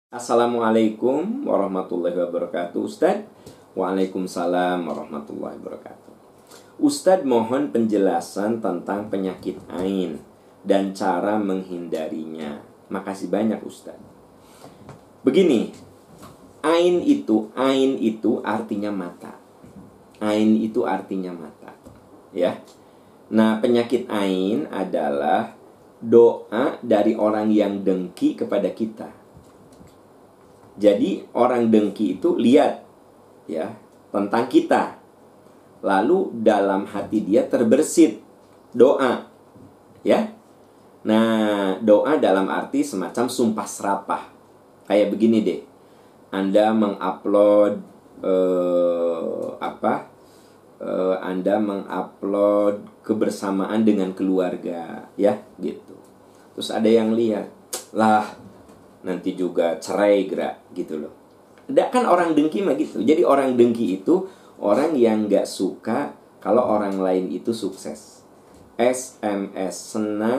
Assalamualaikum warahmatullahi wabarakatuh, Ustadz. Waalaikumsalam warahmatullahi wabarakatuh. Ustadz mohon penjelasan tentang penyakit ain dan cara menghindarinya. Makasih banyak, Ustadz. Begini, ain itu artinya mata. Ain itu artinya mata, ya. Nah, penyakit ain adalah doa dari orang yang dengki kepada kita. Jadi orang dengki itu lihat ya tentang kita. Lalu dalam hati dia terbersit doa. Ya. Nah, doa dalam arti semacam sumpah serapah. Kayak begini deh. Anda mengupload Anda mengupload kebersamaan dengan keluarga, ya, gitu. Terus ada yang lihat, lah nanti juga cerai gerak gitu loh. Kan orang dengki mah gitu. Jadi orang dengki itu orang yang gak suka kalau orang lain itu sukses. SMS,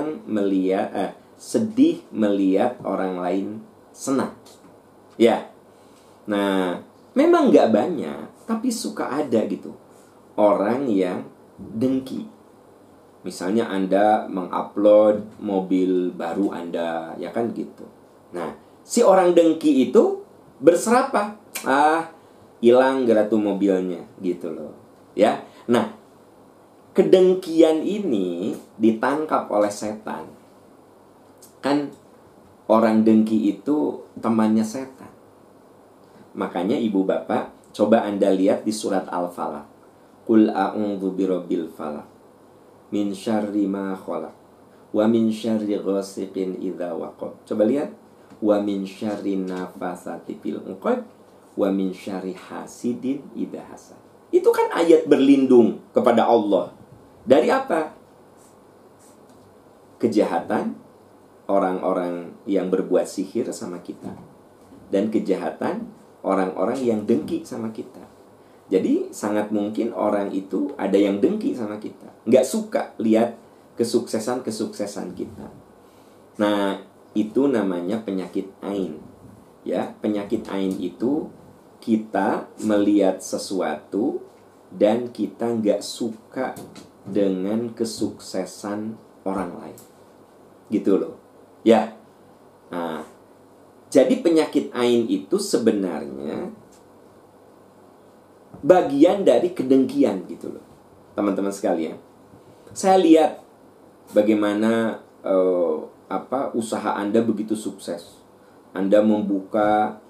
sedih melihat orang lain senang. Ya. Nah, memang gak banyak, tapi suka ada gitu orang yang dengki. Misalnya Anda mengupload mobil baru Anda, ya kan gitu. Nah, si orang dengki itu berserapah. Hilang geratu mobilnya gitu loh. Ya. Nah, kedengkian ini ditangkap oleh setan. Kan orang dengki itu temannya setan. Makanya ibu bapak, coba Anda lihat di surat Al-Falaq. Qul a'udzu birabbil falaq min syarri ma khalaq wa min syarri ghasiqin idza waqab. Coba lihat. Wa min syarri nafasati fil 'uqad wa min syarri hasidin idza hasad. Itu kan ayat berlindung kepada Allah. Dari apa? Kejahatan orang-orang yang berbuat sihir sama kita. Dan kejahatan orang-orang yang dengki sama kita. Jadi sangat mungkin orang itu ada yang dengki sama kita. Nggak suka lihat kesuksesan-kesuksesan kita. Nah, itu namanya penyakit ain. Ya, penyakit ain itu kita melihat sesuatu dan kita nggak suka dengan kesuksesan orang lain. Gitu loh. Ya. Nah, jadi penyakit ain itu sebenarnya bagian dari kedengkian gitu loh. Teman-teman sekalian. Saya lihat bagaimana usaha Anda begitu sukses. Anda membuka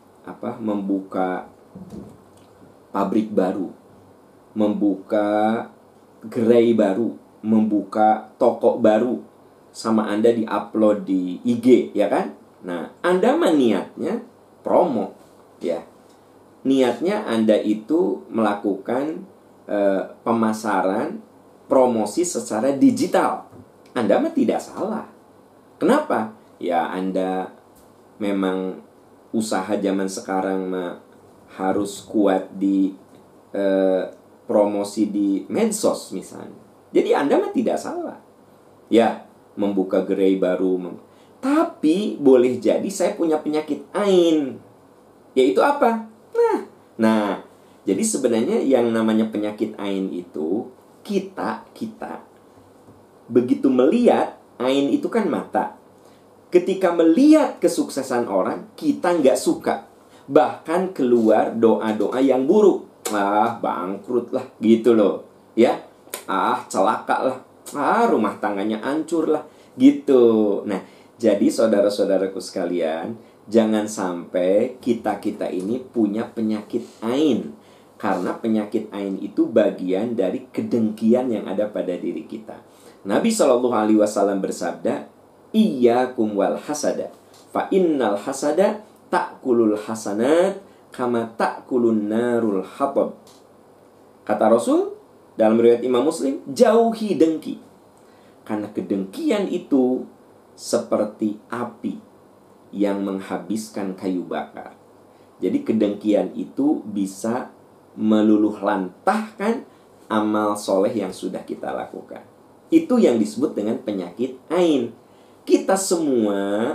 pabrik baru, membuka gerai baru, membuka toko baru, sama Anda di-upload di IG, ya kan? Nah, Anda mah niatnya promo, ya. Niatnya Anda itu melakukan pemasaran, promosi secara digital. Anda mah tidak salah. Kenapa? Ya Anda memang usaha zaman sekarang mah harus kuat di promosi di medsos misalnya. Jadi Anda mah tidak salah. Ya, membuka gerai baru. Tapi boleh jadi saya punya penyakit ain. Yaitu apa? Nah, jadi sebenarnya yang namanya penyakit ain itu kita begitu melihat. Ain itu kan mata. Ketika melihat kesuksesan orang, kita nggak suka. Bahkan keluar doa-doa yang buruk. Bangkrut lah, gitu loh. Ya, celaka lah. Rumah tangganya hancur lah, gitu. Nah, jadi saudara-saudaraku sekalian, jangan sampai kita ini punya penyakit ain. Karena penyakit ain itu bagian dari kedengkian yang ada pada diri kita. Nabi SAW bersabda, Iyyakum wal hasada, fa innal hasada ta'kulul hasanat kama ta'kulun narul hatab. Kata Rasul dalam riwayat Imam Muslim, jauhi dengki. Karena kedengkian itu seperti api yang menghabiskan kayu bakar. Jadi kedengkian itu bisa meluluh lantahkan amal soleh yang sudah kita lakukan. Itu yang disebut dengan penyakit ain. Kita semua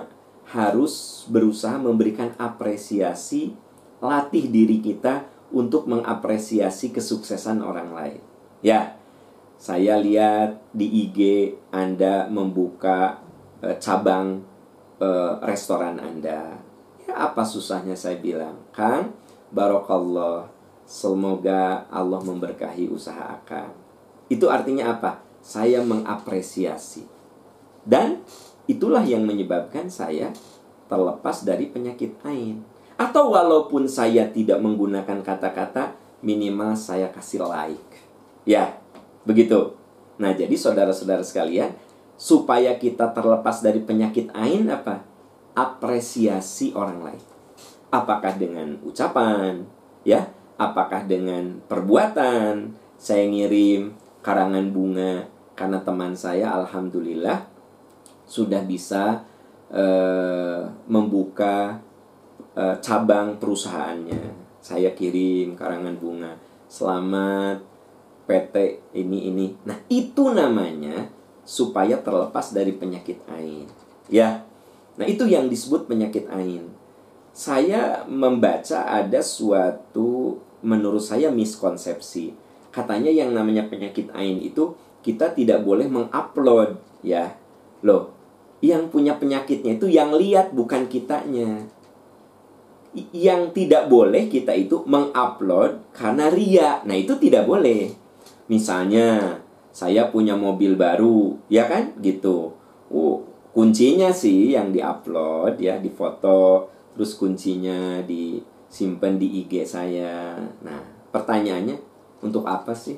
harus berusaha memberikan apresiasi, latih diri kita untuk mengapresiasi kesuksesan orang lain. Ya, saya lihat di IG Anda membuka cabang restoran Anda. Ya, apa susahnya saya bilang, Kang, barokallah, semoga Allah memberkahi usaha Akang. Itu artinya apa? Saya mengapresiasi. Dan itulah yang menyebabkan saya terlepas dari penyakit ain. Atau walaupun saya tidak menggunakan kata-kata, minimal saya kasih like. Ya, begitu. Nah, jadi saudara-saudara sekalian, supaya kita terlepas dari penyakit ain apa? Apresiasi orang lain. Apakah dengan ucapan, ya? Apakah dengan perbuatan? Saya ngirim karangan bunga karena teman saya alhamdulillah sudah bisa membuka cabang perusahaannya. Saya kirim karangan bunga, selamat PT ini. Nah, itu namanya supaya terlepas dari penyakit ain. Ya. Nah, itu yang disebut penyakit ain. Saya membaca ada suatu, menurut saya, miskonsepsi. Katanya yang namanya penyakit ain itu kita tidak boleh mengupload, ya. Loh, yang punya penyakitnya itu yang lihat, bukan kitanya. Yang tidak boleh kita itu mengupload karena ria. Nah, itu tidak boleh. Misalnya, saya punya mobil baru, ya kan? Gitu. Kuncinya sih yang diupload, ya, difoto, terus kuncinya disimpan di IG saya. Nah, pertanyaannya, untuk apa sih?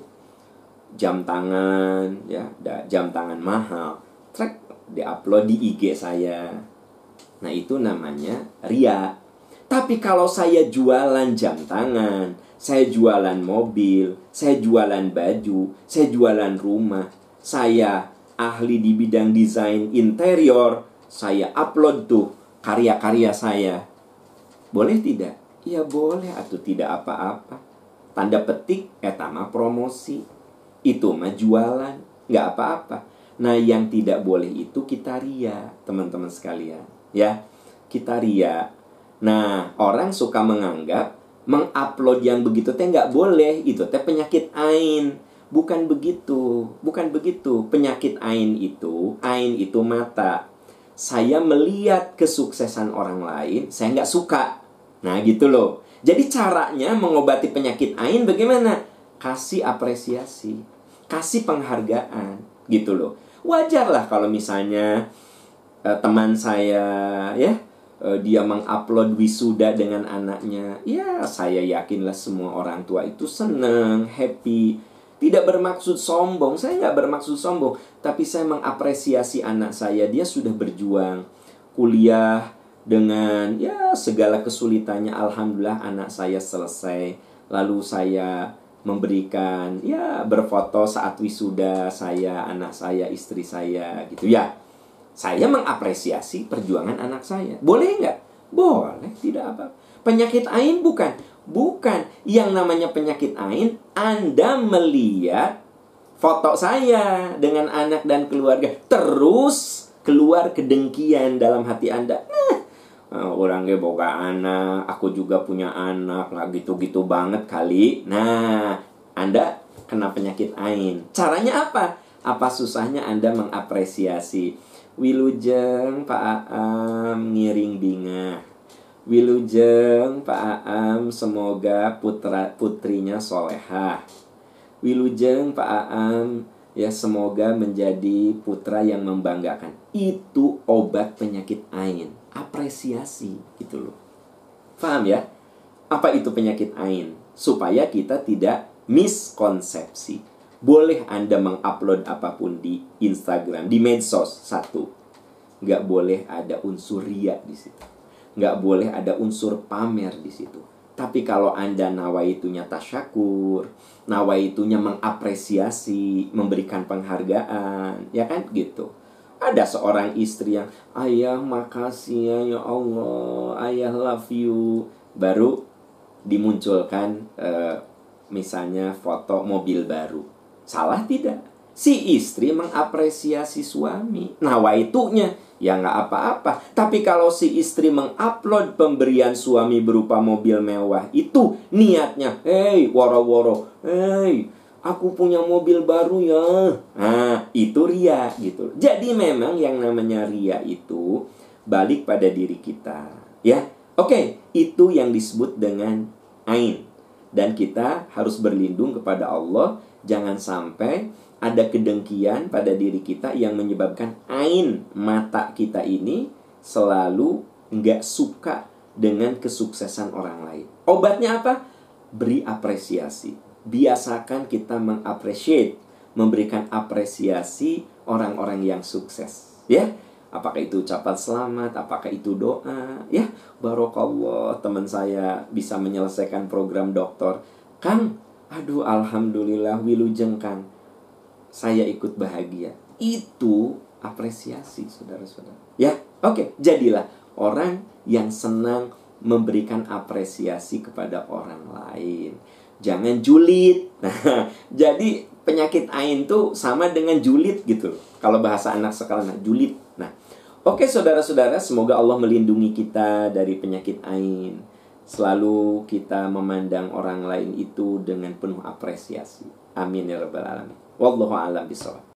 Jam tangan, ya, jam tangan mahal, trek diupload di IG saya. Nah, itu namanya ria. Tapi kalau saya jualan jam tangan, saya jualan mobil, saya jualan baju, saya jualan rumah, saya ahli di bidang desain interior, saya upload tuh karya-karya saya. Boleh tidak? Ya boleh, atau tidak apa-apa. Tanda petik, etama promosi. Itu mah jualan, nggak apa-apa. Nah, yang tidak boleh itu kita ria, teman-teman sekalian. Ya, kita ria. Nah, orang suka menganggap mengupload yang begitu teh nggak boleh, itu teh penyakit ain. Bukan begitu, bukan begitu. Penyakit ain itu mata. Saya melihat kesuksesan orang lain, saya nggak suka. Nah, gitu loh. Jadi caranya mengobati penyakit ain bagaimana? Kasih apresiasi, kasih penghargaan, gitu loh. Wajar lah kalau misalnya teman saya, ya, dia mengupload wisuda dengan anaknya. Ya, saya yakinlah semua orang tua itu senang, happy. Tidak bermaksud sombong, saya nggak bermaksud sombong. Tapi saya mengapresiasi anak saya. Dia sudah berjuang kuliah dengan, ya, segala kesulitannya. Alhamdulillah anak saya selesai. Lalu saya memberikan, ya, berfoto saat wisuda saya, anak saya, istri saya, gitu ya. Saya mengapresiasi perjuangan anak saya. Boleh nggak? Boleh, tidak apa. Penyakit ain bukan. Bukan. Yang namanya penyakit ain, Anda melihat foto saya dengan anak dan keluarga, terus keluar kedengkian dalam hati Anda. Orangnya boga anak, aku juga punya anak, lah gitu-gitu banget kali. Nah, Anda kena penyakit ain. Caranya apa? Apa susahnya Anda mengapresiasi? Wilujeng Pak Aam ngiring bingah. Wilujeng Pak Aam semoga putrinya solehah. Wilujeng Pak Aam, ya, semoga menjadi putra yang membanggakan. Itu obat penyakit ain. Apresiasi, gitu loh. Paham ya? Apa itu penyakit ain? Supaya kita tidak miskonsepsi. Boleh Anda mengupload apapun di Instagram, di medsos, satu. Nggak boleh ada unsur ria di situ. Nggak boleh ada unsur pamer di situ. Tapi kalau Anda nawaitunya tasyakur, nawaitunya mengapresiasi, memberikan penghargaan, ya kan gitu. Ada seorang istri yang, ayah makasih ya Allah, ayah love you. Baru dimunculkan misalnya foto mobil baru. Salah tidak? Si istri mengapresiasi suami. Nawaitunya, ya nggak apa-apa. Tapi kalau si istri mengupload pemberian suami berupa mobil mewah, itu niatnya, hey, woro-woro, hey, aku punya mobil baru ya. Nah, itu ria gitu. Jadi memang yang namanya ria itu balik pada diri kita, ya. Oke, itu yang disebut dengan ain. Dan kita harus berlindung kepada Allah, jangan sampai ada kedengkian pada diri kita yang menyebabkan ain mata kita ini selalu nggak suka dengan kesuksesan orang lain. Obatnya apa? Beri apresiasi. Biasakan kita mengapresiasi, memberikan apresiasi orang-orang yang sukses, ya. Apakah itu ucapan selamat, apakah itu doa, ya. Barokallah, teman saya bisa menyelesaikan program doktor. Kang, aduh alhamdulillah wilujeng Kang, saya ikut bahagia. Itu apresiasi, saudara-saudara, ya. Oke, jadilah orang yang senang memberikan apresiasi kepada orang lain. Jangan julid. Nah, jadi penyakit ain tuh sama dengan julid gitu. Kalau bahasa anak sekarang, julid. Nah, oke saudara-saudara, semoga Allah melindungi kita dari penyakit ain. Selalu kita memandang orang lain itu dengan penuh apresiasi. Amin ya rabbal alamin. Wallahu a'lam bishawab.